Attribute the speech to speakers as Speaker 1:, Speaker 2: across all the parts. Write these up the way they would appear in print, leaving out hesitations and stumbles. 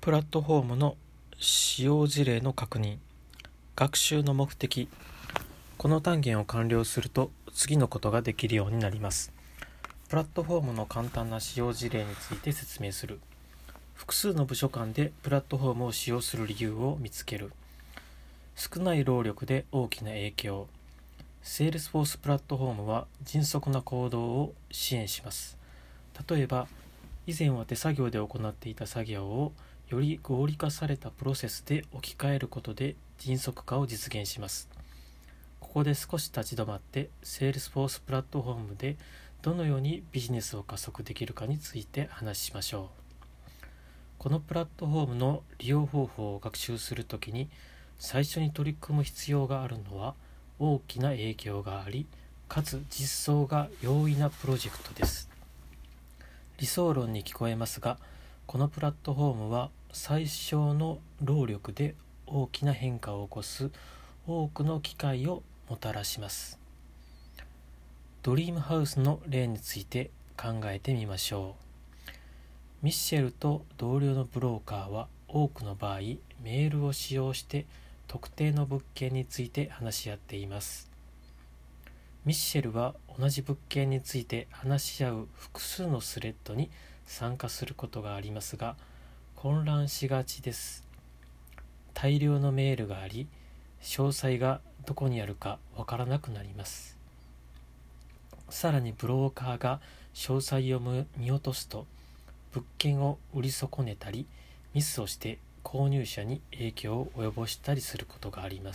Speaker 1: プラットフォームの使用事例の確認。学習の目的。この単元を完了すると次のことができるようになります。プラットフォームの簡単な使用事例について説明する。複数の部署間でプラットフォームを使用する理由を見つける。少ない労力で大きな影響。Salesforce プラットフォームは迅速な行動を支援します。例えば、以前は手作業で行っていた作業をより合理化されたプロセスで置き換えることで迅速化を実現します。ここで少し立ち止まって Salesforce プラットフォームでどのようにビジネスを加速できるかについて話しましょう。このプラットフォームの利用方法を学習するときに最初に取り組む必要があるのは大きな影響があり、かつ実装が容易なプロジェクトです。理想論に聞こえますが、このプラットフォームは最小の労力で大きな変化を起こす多くの機会をもたらします。ドリームハウスの例について考えてみましょう。ミッシェルと同僚のブローカーは多くの場合メールを使用して特定の物件について話し合っています。ミッシェルは同じ物件について話し合う複数のスレッドに参加することがありますが、混乱しがちです。大量のメールがあり、詳細がどこにあるかわからなくなります。さらにブローカーが詳細を見落とすと、物件を売り損ねたり、ミスをして購入者に影響を及ぼしたりすることがあります。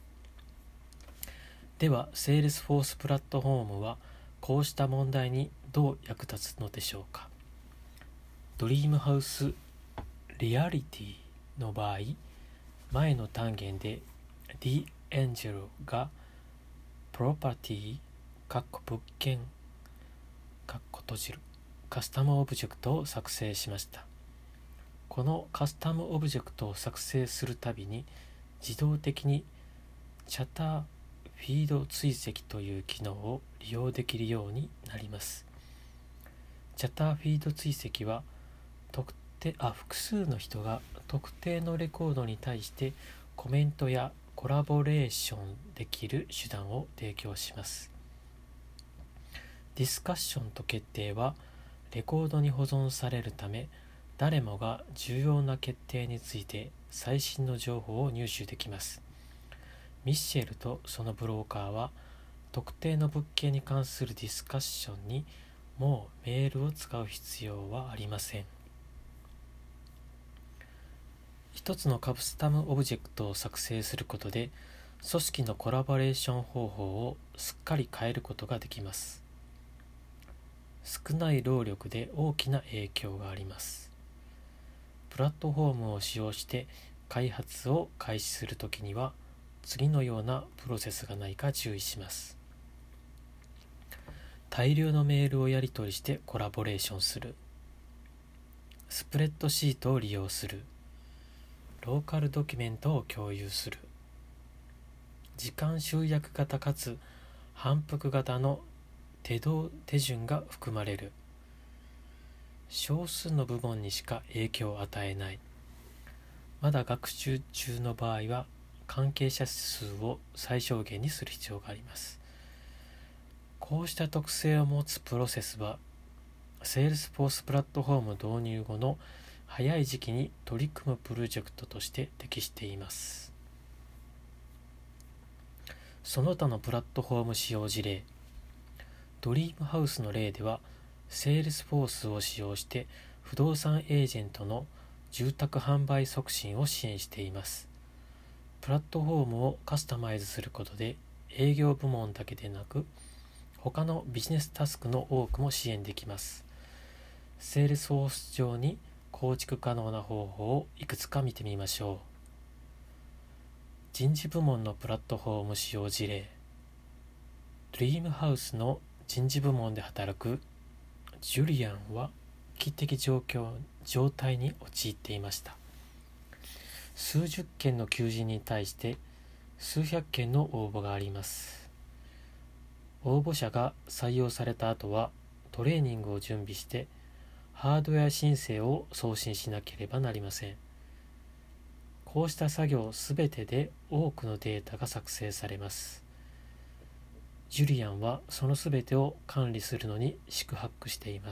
Speaker 1: では、Salesforce プラットフォームはこうした問題にどう役立つのでしょうか。ドリームハウスリアリティの場合、前の単元で The Angel がプロパティ物件閉じるカスタムオブジェクトを作成しました。このカスタムオブジェクトを作成するたびに自動的にチャターフィード追跡という機能を利用できるようになります。チャターフィード追跡は複数の人が特定のレコードに対してコメントやコラボレーションできる手段を提供します。ディスカッションと決定はレコードに保存されるため、誰もが重要な決定について最新の情報を入手できます。ミッシェルとそのブローカーは特定の物件に関するディスカッションにもうメールを使う必要はありません。一つのカスタムオブジェクトを作成することで組織のコラボレーション方法をすっかり変えることができます。少ない労力で大きな影響があります。プラットフォームを使用して開発を開始するときには次のようなプロセスがないか注意します。大量のメールをやり取りしてコラボレーションする。スプレッドシートを利用する。ローカルドキュメントを共有する。時間集約型かつ反復型の手順が含まれる。少数の部門にしか影響を与えない。まだ学習中の場合は関係者数を最小限にする必要があります。こうした特性を持つプロセスは Salesforce プラットフォーム導入後の早い時期に取り組むプロジェクトとして適しています。その他のプラットフォーム使用事例。ドリームハウスの例では Salesforce を使用して不動産エージェントの住宅販売促進を支援しています。プラットフォームをカスタマイズすることで営業部門だけでなく他のビジネスタスクの多くも支援できます。Salesforce 上に構築可能な方法をいくつか見てみましょう。人事部門のプラットフォーム使用事例。ドリームハウスの人事部門で働くジュリアンは危機的状態に陥っていました。数十件の求人に対して数百件の応募があります。応募者が採用された後はトレーニングを準備してハードウェア申請を送信しなければなりません。こうした作業すべてで多くのデータが作成されます。ジュリアンはそのすべてを管理するのに四苦八苦しています。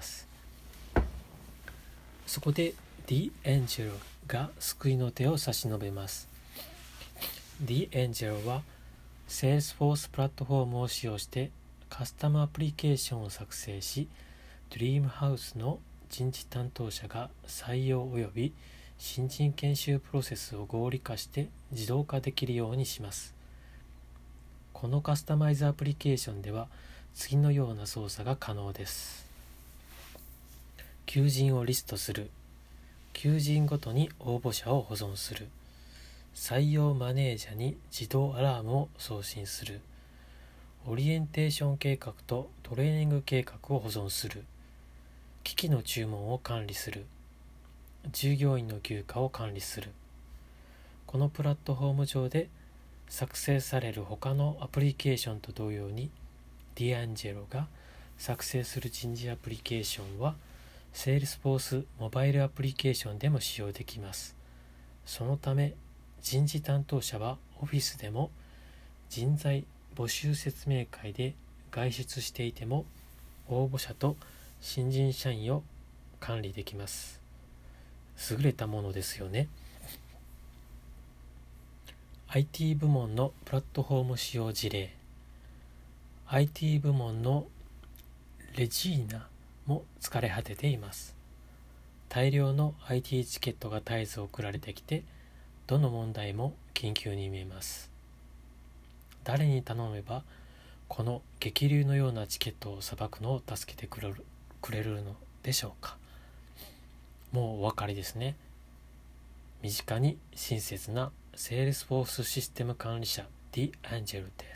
Speaker 1: そこで The Angel が救いの手を差し伸べます。The Angel は Salesforce プラットフォームを使用してカスタムアプリケーションを作成し、Dreamhouse の人事担当者が採用及び新人研修プロセスを合理化して自動化できるようにします。このカスタマイズアプリケーションでは次のような操作が可能です。求人をリストする。求人ごとに応募者を保存する。採用マネージャに自動アラームを送信する。オリエンテーション計画とトレーニング計画を保存する。機器の注文を管理する。従業員の休暇を管理する。このプラットフォーム上で作成される他のアプリケーションと同様に、ディアンジェロが作成する人事アプリケーションは、Salesforce モバイルアプリケーションでも使用できます。そのため、人事担当者はオフィスでも人材募集説明会で外出していても応募者と新人社員を管理できます。優れたものですよね。IT 部門のプラットフォーム使用事例。 IT 部門のレジーナも疲れ果てています。大量の IT チケットが絶えず送られてきて、どの問題も緊急に見えます。誰に頼めばこの激流のようなチケットをさばくのを助けてくれるのでしょうか。もうお分かりですね。身近に親切なSalesforceシステム管理者 The Angel です。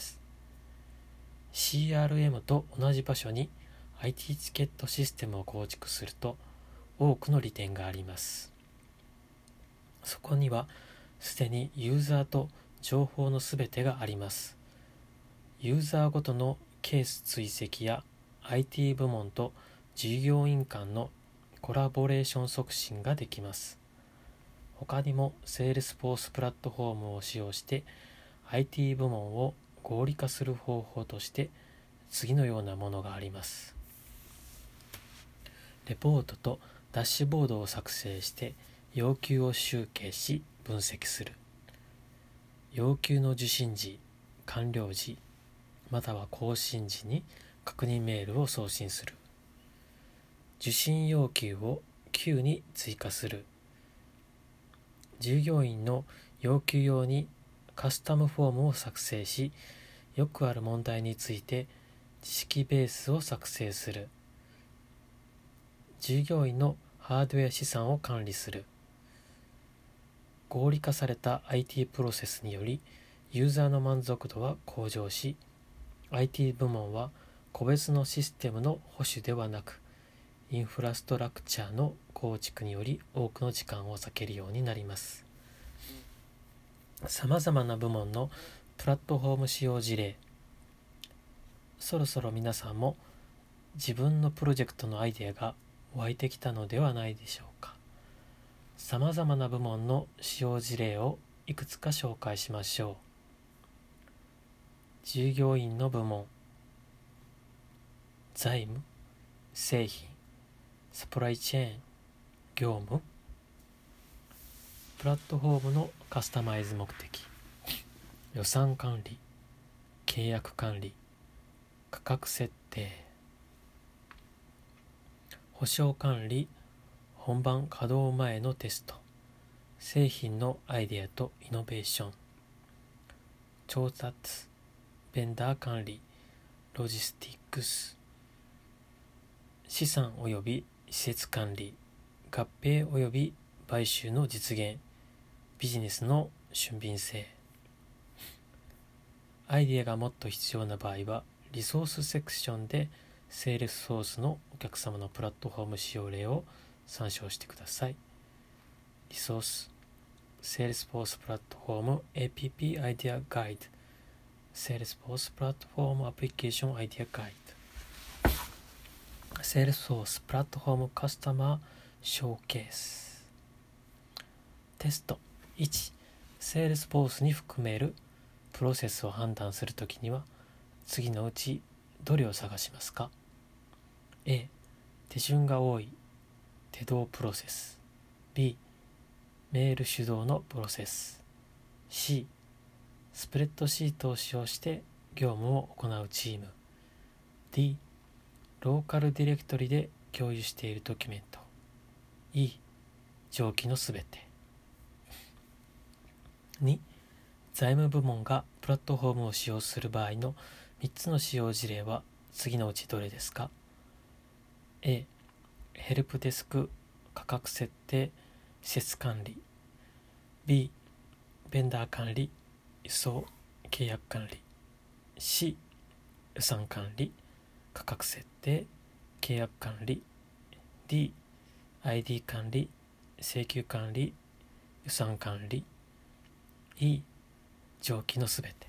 Speaker 1: CRM と同じ場所に IT チケットシステムを構築すると多くの利点があります。そこにはすでにユーザーと情報のすべてがあります。ユーザーごとのケース追跡や IT 部門と従業員間のコラボレーション促進ができます。他にも Salesforce プラットフォームを使用して IT 部門を合理化する方法として次のようなものがあります。レポートとダッシュボードを作成して要求を集計し分析する。要求の受信時、完了時、または更新時に確認メールを送信する。受信要求を Q に追加する。従業員の要求用にカスタムフォームを作成し、よくある問題について知識ベースを作成する。従業員のハードウェア資産を管理する。合理化された IT プロセスによりユーザーの満足度は向上し、IT 部門は個別のシステムの保守ではなく、インフラストラクチャーの構築により多くの時間を割けるようになります。さまざまな部門のプラットフォーム使用事例。そろそろ皆さんも自分のプロジェクトのアイデアが湧いてきたのではないでしょうか。さまざまな部門の使用事例をいくつか紹介しましょう。従業員の部門、財務、製品、サプライチェーン、業務。プラットフォームのカスタマイズ目的、予算管理、契約管理、価格設定、保証管理、本番稼働前のテスト、製品のアイデアとイノベーション、調達、ベンダー管理、ロジスティックス、資産及び施設管理、合併及び買収の実現、ビジネスの俊敏性。アイデアがもっと必要な場合は、リソースセクションでSalesforceのお客様のプラットフォーム使用例を参照してください。リソース、Salesforce プラットフォーム APP アイデアガイド、Salesforce プラットフォームアプリケーションアイデアガイド。 セールスフォースプラットフォームカスタマーショーケース。テスト1、セールスフォースに含めるプロセスを判断するときには次のうちどれを探しますか？ A、手順が多い手動プロセス。 B、メール主導のプロセス。 C、スプレッドシートを使用して業務を行うチーム。 D、ローカルディレクトリで共有しているドキュメント。 E、上記のすべて。2、財務部門がプラットフォームを使用する場合の3つの使用事例は次のうちどれですか？ A、ヘルプデスク価格設定施設管理。 B、ベンダー管理輸送契約管理。 C、予算管理価格設定契約管理。 D、ID 管理請求管理予算管理。E、上記のすべて。